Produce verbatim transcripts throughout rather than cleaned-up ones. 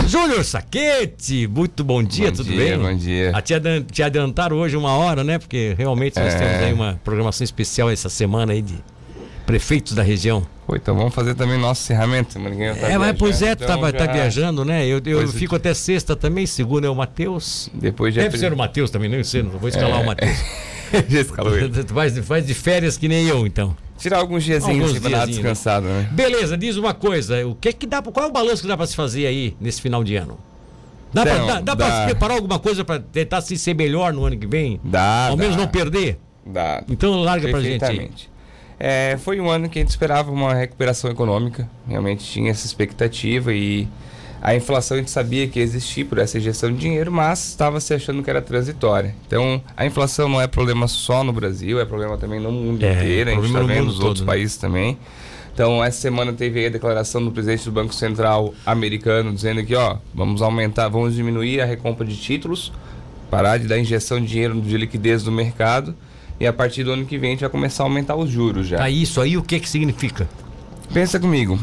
Júnior Sacchetti, muito bom dia, bom tudo dia, bem? Bom dia. A te, adan- te adiantaram hoje uma hora, né? Porque realmente nós É. temos aí uma programação especial essa semana aí de prefeitos da região. Pô, então vamos fazer também nosso encerramento. Ninguém tá é, mas pois é, tu então tá, vai já- tá viajando, né? Eu, eu Pois é. fico até sexta também, segunda é o Matheus. Depois já... Deve ser o Matheus também, não sei, não vou escalar É. o Matheus. já escalou ele. Tu faz, faz de férias que nem eu, então. Tirar alguns diazinhos Alguns assim, pra dar uma diazinhos, descansada, né? Beleza, diz uma coisa, o que que dá, pra- qual é o balanço que dá pra se fazer aí nesse final de ano? Dá, Então, pra, dá, dá pra dá. se preparar alguma coisa pra tentar se ser melhor no ano que vem? Dá, Ao dá. menos não perder? Dá. Então larga pra gente aí. Perfeitamente. É, foi um ano que a gente esperava uma recuperação econômica, realmente tinha essa expectativa e a inflação a gente sabia que ia existir por essa injeção de dinheiro, mas estava se achando que era transitória. Então a inflação não é problema só no Brasil, é problema também no mundo É, inteiro, a gente problema está no vendo mundo nos outros todo, né? países também. Então essa semana teve aí a declaração do presidente do Banco Central americano dizendo que ó, vamos aumentar, vamos diminuir a recompra de títulos, parar de dar injeção de dinheiro de liquidez no mercado. E a partir do ano que vem a gente vai começar a aumentar os juros já. Tá, isso aí o que que significa? Pensa comigo.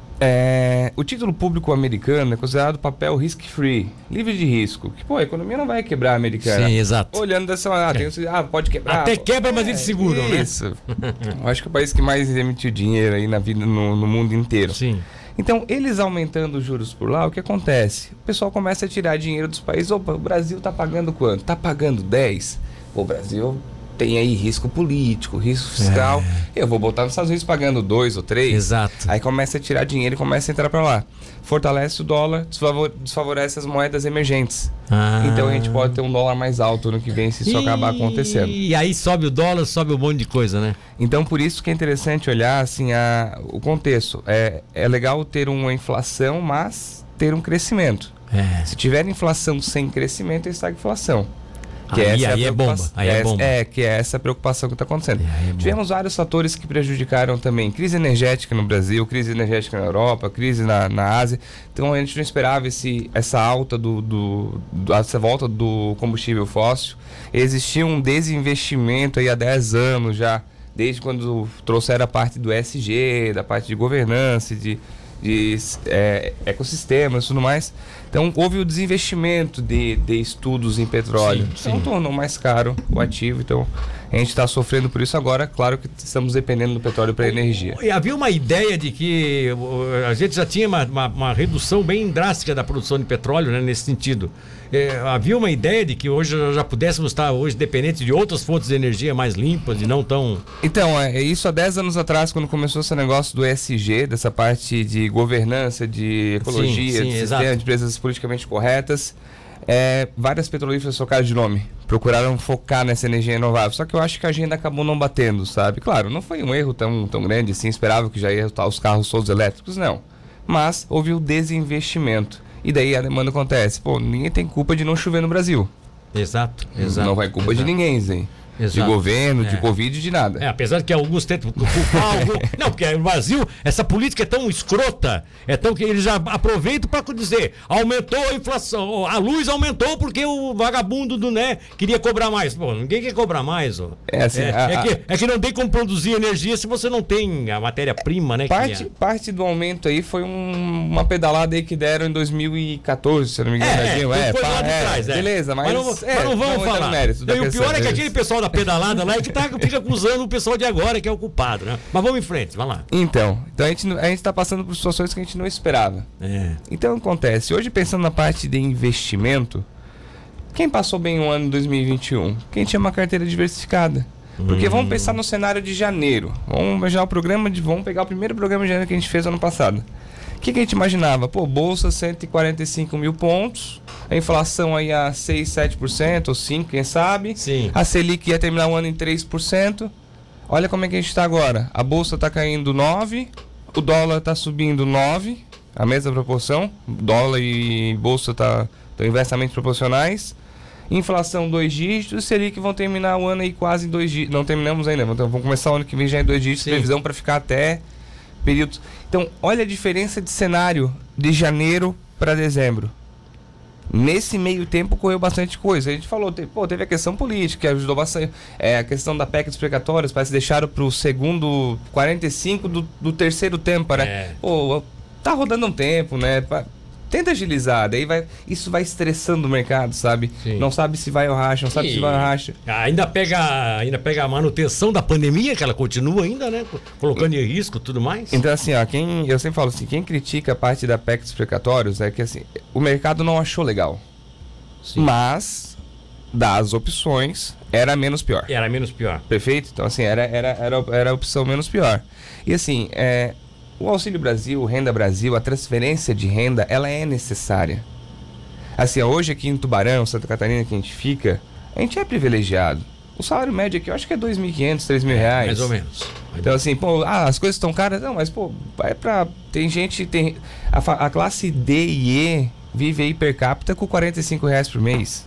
É, o título público americano é considerado papel risk-free, livre de risco. Que, pô, a economia não vai quebrar a americana. Sim, exato. Olhando dessa maneira, ah, tem, ah, pode quebrar. Até pô. quebra, mas eles seguram, né? Isso. Eu acho que é o país que mais emitiu dinheiro aí na vida, no, no mundo inteiro. Sim. Então, eles aumentando os juros por lá, o que acontece? O pessoal começa a tirar dinheiro dos países. Opa, o Brasil tá pagando quanto? Tá pagando dez? Pô, o Brasil tem aí risco político, risco fiscal. É. Eu vou botar nos Estados Unidos pagando dois ou três. Exato. Aí começa a tirar dinheiro e começa a entrar para lá. Fortalece o dólar, desfavor- desfavorece as moedas emergentes. Ah. Então a gente pode ter um dólar mais alto no que vem se isso acabar acontecendo. E aí sobe o dólar, sobe um monte de coisa, né? Então por isso que é interessante olhar assim, a, o contexto. É, é legal ter uma inflação, mas ter um crescimento. É. Se tiver inflação sem crescimento, é estagflação. Que Aí- essa aí a é bomba, preocupação- aí é bomba. É, que é essa a preocupação que está acontecendo. Aí é bomba. Tivemos vários fatores que prejudicaram também. Crise energética no Brasil, crise energética na Europa, crise na, na Ásia. Então a gente não esperava esse, essa alta do, do, do- essa volta do combustível fóssil. Existia um desinvestimento aí há dez anos já, desde quando trouxeram a parte do E S G, da parte de governança, de, de é, ecossistemas e tudo mais. Então houve o desinvestimento de, de estudos em petróleo. Sim, então sim. tornou mais caro o ativo. Então a gente está sofrendo por isso agora. Claro que estamos dependendo do petróleo para energia. E havia uma ideia de que uh, a gente já tinha uma, uma, uma redução bem drástica da produção de petróleo, né, nesse sentido. É, havia uma ideia de que hoje já pudéssemos estar hoje dependentes de outras fontes de energia mais limpas e não tão... Então, é, é isso há dez anos atrás, quando começou esse negócio do E S G, dessa parte de governança, de ecologia, Sim, sim, de exato. sistema, de empresas politicamente corretas. É, várias petrolíferas trocaram de nome, procuraram focar nessa energia renovável. Só que eu acho que a agenda acabou não batendo, sabe? Claro, não foi um erro tão, tão grande assim, esperava que já ia estar os carros todos elétricos, não. Mas houve o desinvestimento. E daí a demanda acontece. Pô, ninguém tem culpa de não chover no Brasil. Exato, exato. Não vai culpa exato. de ninguém, Zé. De Exato. governo, de É. Covid, de nada. É, apesar de que alguns tentam culpar algum... Não, porque no Brasil essa política é tão escrota, é tão que eles já aproveitam para dizer, aumentou a inflação, a luz aumentou porque o vagabundo do né queria cobrar mais. Pô, ninguém quer cobrar mais, ó. É assim, é, a- é que, é que não tem como produzir energia se você não tem a matéria-prima, né? que Parte, é- parte do aumento aí foi um- uma pedalada aí que deram em dois mil e quatorze, se eu não me engano. É, Brasil. é, foi pá, lá de é, trás, é. Beleza, mas, Mas não, é, mas não vamos entrar no falar. mérito da E o questão, pior é que né? aquele pessoal da pedalada lá é que tá, fica acusando o pessoal de agora que é o culpado, né? Mas vamos em frente, vai lá. Então, então a gente, não- a gente tá passando por situações que a gente não esperava. É. Então acontece, hoje pensando na parte de investimento, quem passou bem o ano de dois mil e vinte e um? Quem tinha uma carteira diversificada. Porque Hum. vamos pensar no cenário de janeiro. Vamos pegar o programa de, vamos pegar o primeiro programa de janeiro que a gente fez ano passado. O que, que a gente imaginava? Pô, bolsa cento e quarenta e cinco mil pontos, a inflação aí a seis, sete por cento ou cinco por cento, quem sabe? Sim. A Selic ia terminar o ano em três por cento. Olha como é que a gente está agora. A bolsa está caindo nove por cento, o dólar está subindo nove por cento, a mesma proporção. Dólar e bolsa estão tá, inversamente proporcionais. Inflação dois dígitos, Selic vão terminar o ano aí quase em dois dígitos. Não terminamos ainda, então vamos começar o ano que vem já em dois dígitos. Sim. Previsão para ficar até períodos. Então, olha a diferença de cenário de janeiro para dezembro. Nesse meio tempo correu bastante coisa. A gente falou, te, pô, teve a questão política, que ajudou bastante. É, a questão da P E C dos precatórios, parece que deixaram para o segundo quarenta e cinco do, do terceiro tempo, né? É. Pô, tá rodando um tempo, né? Pa- Tenta agilizar, daí vai, isso vai estressando o mercado, sabe? Sim. Não sabe se vai ao racha, não sabe e... se vai ao racha. Ainda pega, ainda pega a manutenção da pandemia, que ela continua ainda, né? Colocando em risco e tudo mais. Então, assim, ó, quem, eu sempre falo assim, quem critica a parte da P E C dos precatórios é que, assim, o mercado não achou legal. Sim. Mas, das opções, era menos pior. Era menos pior. Perfeito? Então, assim, era, era, era, era a opção menos pior. E, assim, é... o Auxílio Brasil, o Renda Brasil, a transferência de renda, ela é necessária. Assim, hoje aqui em Tubarão, Santa Catarina, que a gente fica, a gente é privilegiado. O salário médio aqui, eu acho que é dois mil e quinhentos, três mil reais. Mais ou menos. Então, assim, pô, ah, as coisas estão caras. Não, mas, pô, vai pra... Tem gente, tem... A, a classe D e E vive aí per capita com quarenta e cinco reais por mês.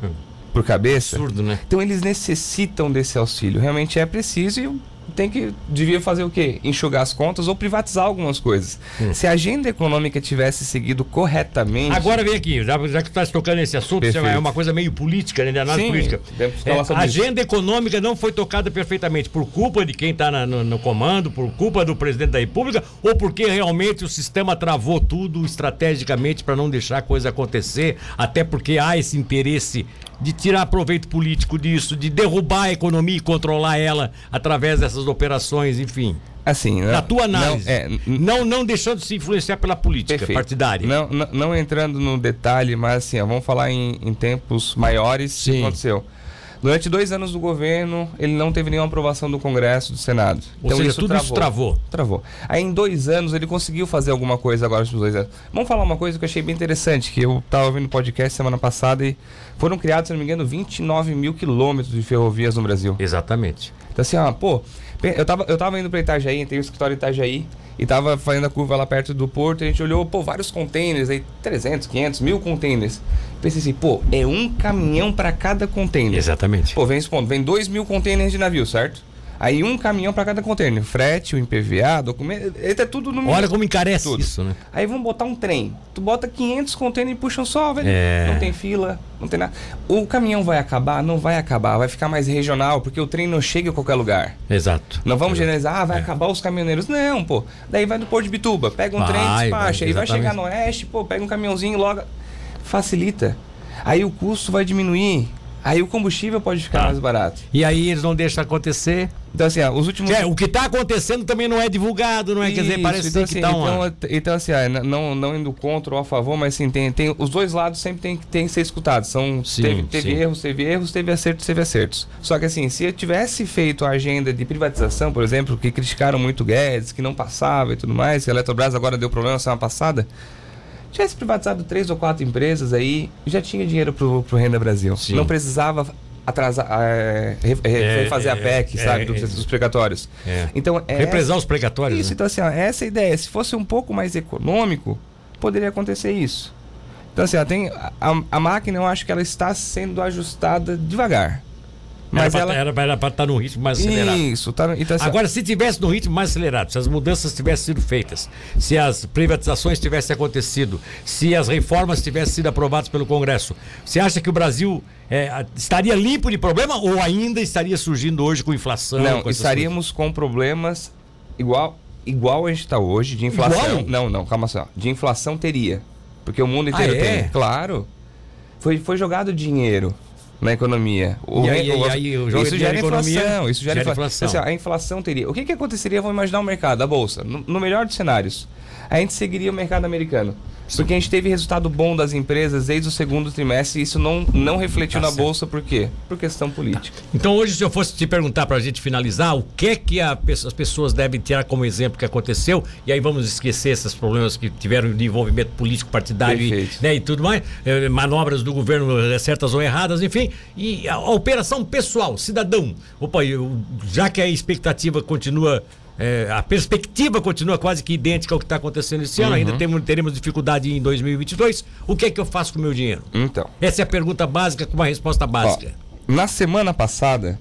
Por cabeça. Absurdo, né? Então, eles necessitam desse auxílio. Realmente é preciso e... tem que, devia fazer o quê? Enxugar as contas ou privatizar algumas coisas. Hum. Se a agenda econômica tivesse seguido corretamente... Agora vem aqui, já, já que tu estás tocando nesse assunto, isso é uma coisa meio política, né? De análise Sim, política. É, a agenda econômica não foi tocada perfeitamente por culpa de quem está no, no comando, por culpa do presidente da República, ou porque realmente o sistema travou tudo estrategicamente para não deixar a coisa acontecer, até porque há esse interesse de tirar proveito político disso, de derrubar a economia e controlar ela através dessas operações, enfim. Assim, na tua análise, não, é, não, não deixando de se influenciar pela política perfeito. partidária. Não, não, não entrando no detalhe, mas assim, ó, vamos falar em, em tempos maiores. Sim. O que aconteceu? Durante dois anos do governo, ele não teve nenhuma aprovação do Congresso, do Senado. Ou então seja, isso tudo travou, isso travou. Travou. Aí em dois anos ele conseguiu fazer alguma coisa agora nos dois anos. Vamos falar uma coisa que eu achei bem interessante, que eu estava ouvindo podcast semana passada e foram criados, se não me engano, vinte e nove mil quilômetros de ferrovias no Brasil. Exatamente. Então assim, ó, pô, eu tava, eu tava indo para Itajaí, tem um escritório em Itajaí, e tava fazendo a curva lá perto do porto, e a gente olhou, pô, vários containers aí, trezentos, quinhentos, mil containers. Pensei assim, pô, é um caminhão para cada container. Exatamente. Pô, vem esse ponto, vem dois mil containers de navio, certo? Aí um caminhão para cada container, frete, o I P V A, documento, ele tá tudo no mesmo. Olha como encarece tudo. Isso, né? Aí vamos botar um trem, tu bota quinhentos containers e puxam só, velho. É. Não tem fila, não tem nada. O caminhão vai acabar? Não vai acabar, vai ficar mais regional, porque o trem não chega em qualquer lugar. Exato. Não vamos Exato. generalizar, ah, vai é. acabar os caminhoneiros. Não, pô. Daí vai do Porto de Bituba, pega um vai, trem, despacha, aí vai chegar no oeste, pô, pega um caminhãozinho logo. Facilita. Aí o custo vai diminuir. Aí o combustível pode ficar tá. mais barato. E aí eles não deixam acontecer. Então assim, ó, os últimos... É, o que está acontecendo também não é divulgado, não é? Isso, quer dizer, parece então, que assim, tá então, uma... então assim, ó, não, não indo contra ou a favor, mas assim, tem, tem, os dois lados sempre tem, tem que ser escutados. São, sim, teve teve sim. erros, teve erros, teve acertos, teve acertos. Só que assim, se eu tivesse feito a agenda de privatização, por exemplo, que criticaram muito o Guedes, que não passava e tudo mais, que a Eletrobras agora deu problema na semana passada, tivesse privatizado três ou quatro empresas aí, já tinha dinheiro pro, pro Renda Brasil. Sim. Não precisava atrasar, é, é, fazer é, a P E C, é, sabe, é, dos, dos precatórios. É. Então, é represar os precatórios. Isso, né? Então assim, ó, essa ideia, se fosse um pouco mais econômico, poderia acontecer isso. Então assim, ó, tem, a, a máquina, eu acho que ela está sendo ajustada devagar. Mas era ela para ela... estar num ritmo mais acelerado. Isso, tá, então, assim, agora, se tivesse num ritmo mais acelerado, se as mudanças tivessem sido feitas, se as privatizações tivessem acontecido, se as reformas tivessem sido aprovadas pelo Congresso, você acha que o Brasil é, estaria limpo de problema ou ainda estaria surgindo hoje com inflação? Não, com estaríamos com problemas igual, igual a gente está hoje de inflação. Igual? Não, não, calma só. De inflação teria. Porque o mundo inteiro ah, é? tem. Claro. Foi, foi jogado dinheiro na economia. O, e aí, o, e aí, o isso gera economia, inflação. Isso gera, gera inflação. inflação. Assim, a inflação teria. O que, que aconteceria? Vamos imaginar o mercado, a bolsa. No, no melhor dos cenários, a gente seguiria o mercado americano. Porque a gente teve resultado bom das empresas desde o segundo trimestre e isso não, não refletiu tá na certo. bolsa. Por quê? Por questão política. Tá. Então hoje, se eu fosse te perguntar para a gente finalizar, o que é que a, as pessoas devem tirar como exemplo que aconteceu, e aí vamos esquecer esses problemas que tiveram de envolvimento político partidário e, né, e tudo mais, eh, manobras do governo certas ou erradas, enfim, e a, a operação pessoal, cidadão. Opa, eu, já que a expectativa continua... É, a perspectiva continua quase que idêntica ao que está acontecendo esse ano, uhum. ainda temos, teremos dificuldade em dois mil e vinte e dois. O que é que eu faço com o meu dinheiro? Então. Essa é a pergunta básica com uma resposta básica. Ó, na semana passada,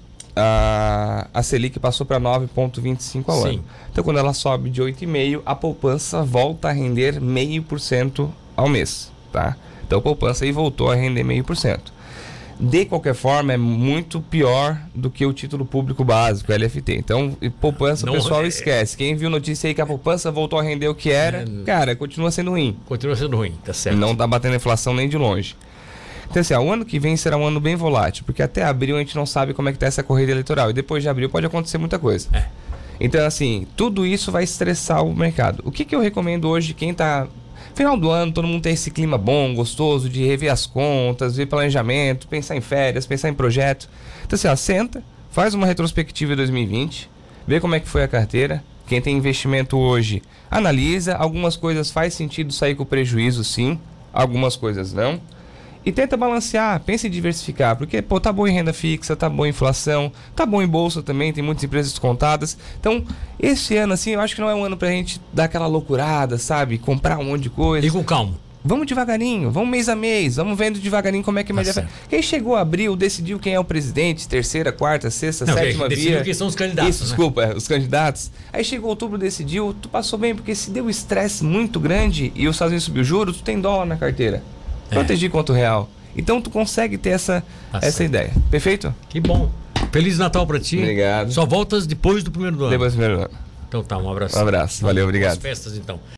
a, a Selic passou para nove vírgula vinte e cinco ao Sim. ano. Então, quando ela sobe de oito vírgula cinco por cento, a poupança volta a render zero vírgula cinco por cento ao mês. Tá? Então, a poupança aí voltou a render zero vírgula cinco por cento. de qualquer forma, é muito pior do que o título público básico, L F T. Então, poupança, Não, o pessoal é... esquece. Quem viu notícia aí que a poupança voltou a render o que era, é... cara, continua sendo ruim. Continua sendo ruim, tá certo. Não tá batendo a inflação nem de longe. Então, assim, ó, o ano que vem será um ano bem volátil, porque até abril a gente não sabe como é que tá essa corrida eleitoral. E depois de abril pode acontecer muita coisa. É. Então, assim, tudo isso vai estressar o mercado. O que, que eu recomendo hoje, quem tá... Final do ano, todo mundo tem esse clima bom, gostoso, de rever as contas, ver planejamento, pensar em férias, pensar em projeto. Então, assim, ó, senta, faz uma retrospectiva de dois mil e vinte, vê como é que foi a carteira. Quem tem investimento hoje, analisa. Algumas coisas faz sentido sair com prejuízo, sim. Algumas coisas não. E tenta balancear, pensa em diversificar, porque, pô, tá bom em renda fixa, tá bom em inflação, tá bom em bolsa também, tem muitas empresas descontadas. Então, esse ano, assim, eu acho que não é um ano pra gente dar aquela loucurada, sabe? Comprar um monte de coisa. E com calma. Vamos devagarinho, vamos mês a mês, vamos vendo devagarinho como é que... Tá. Quem chegou a abril, decidiu quem é o presidente, terceira, quarta, sexta, não, sétima via. Decidiu quem são os candidatos, Isso, né? Desculpa, é, os candidatos. Aí chegou outubro, decidiu, tu passou bem, porque se deu estresse muito grande e os Estados Unidos subiu o juro, tu tem dólar na carteira. É. Proteger contra o real. Então tu consegue ter essa, tá essa certo. Ideia. Perfeito? Que bom. Feliz Natal pra ti. Obrigado. Só voltas depois do primeiro do ano. Depois do primeiro do ano. Então tá, um abraço. Um abraço. Valeu, obrigado. Boas festas então.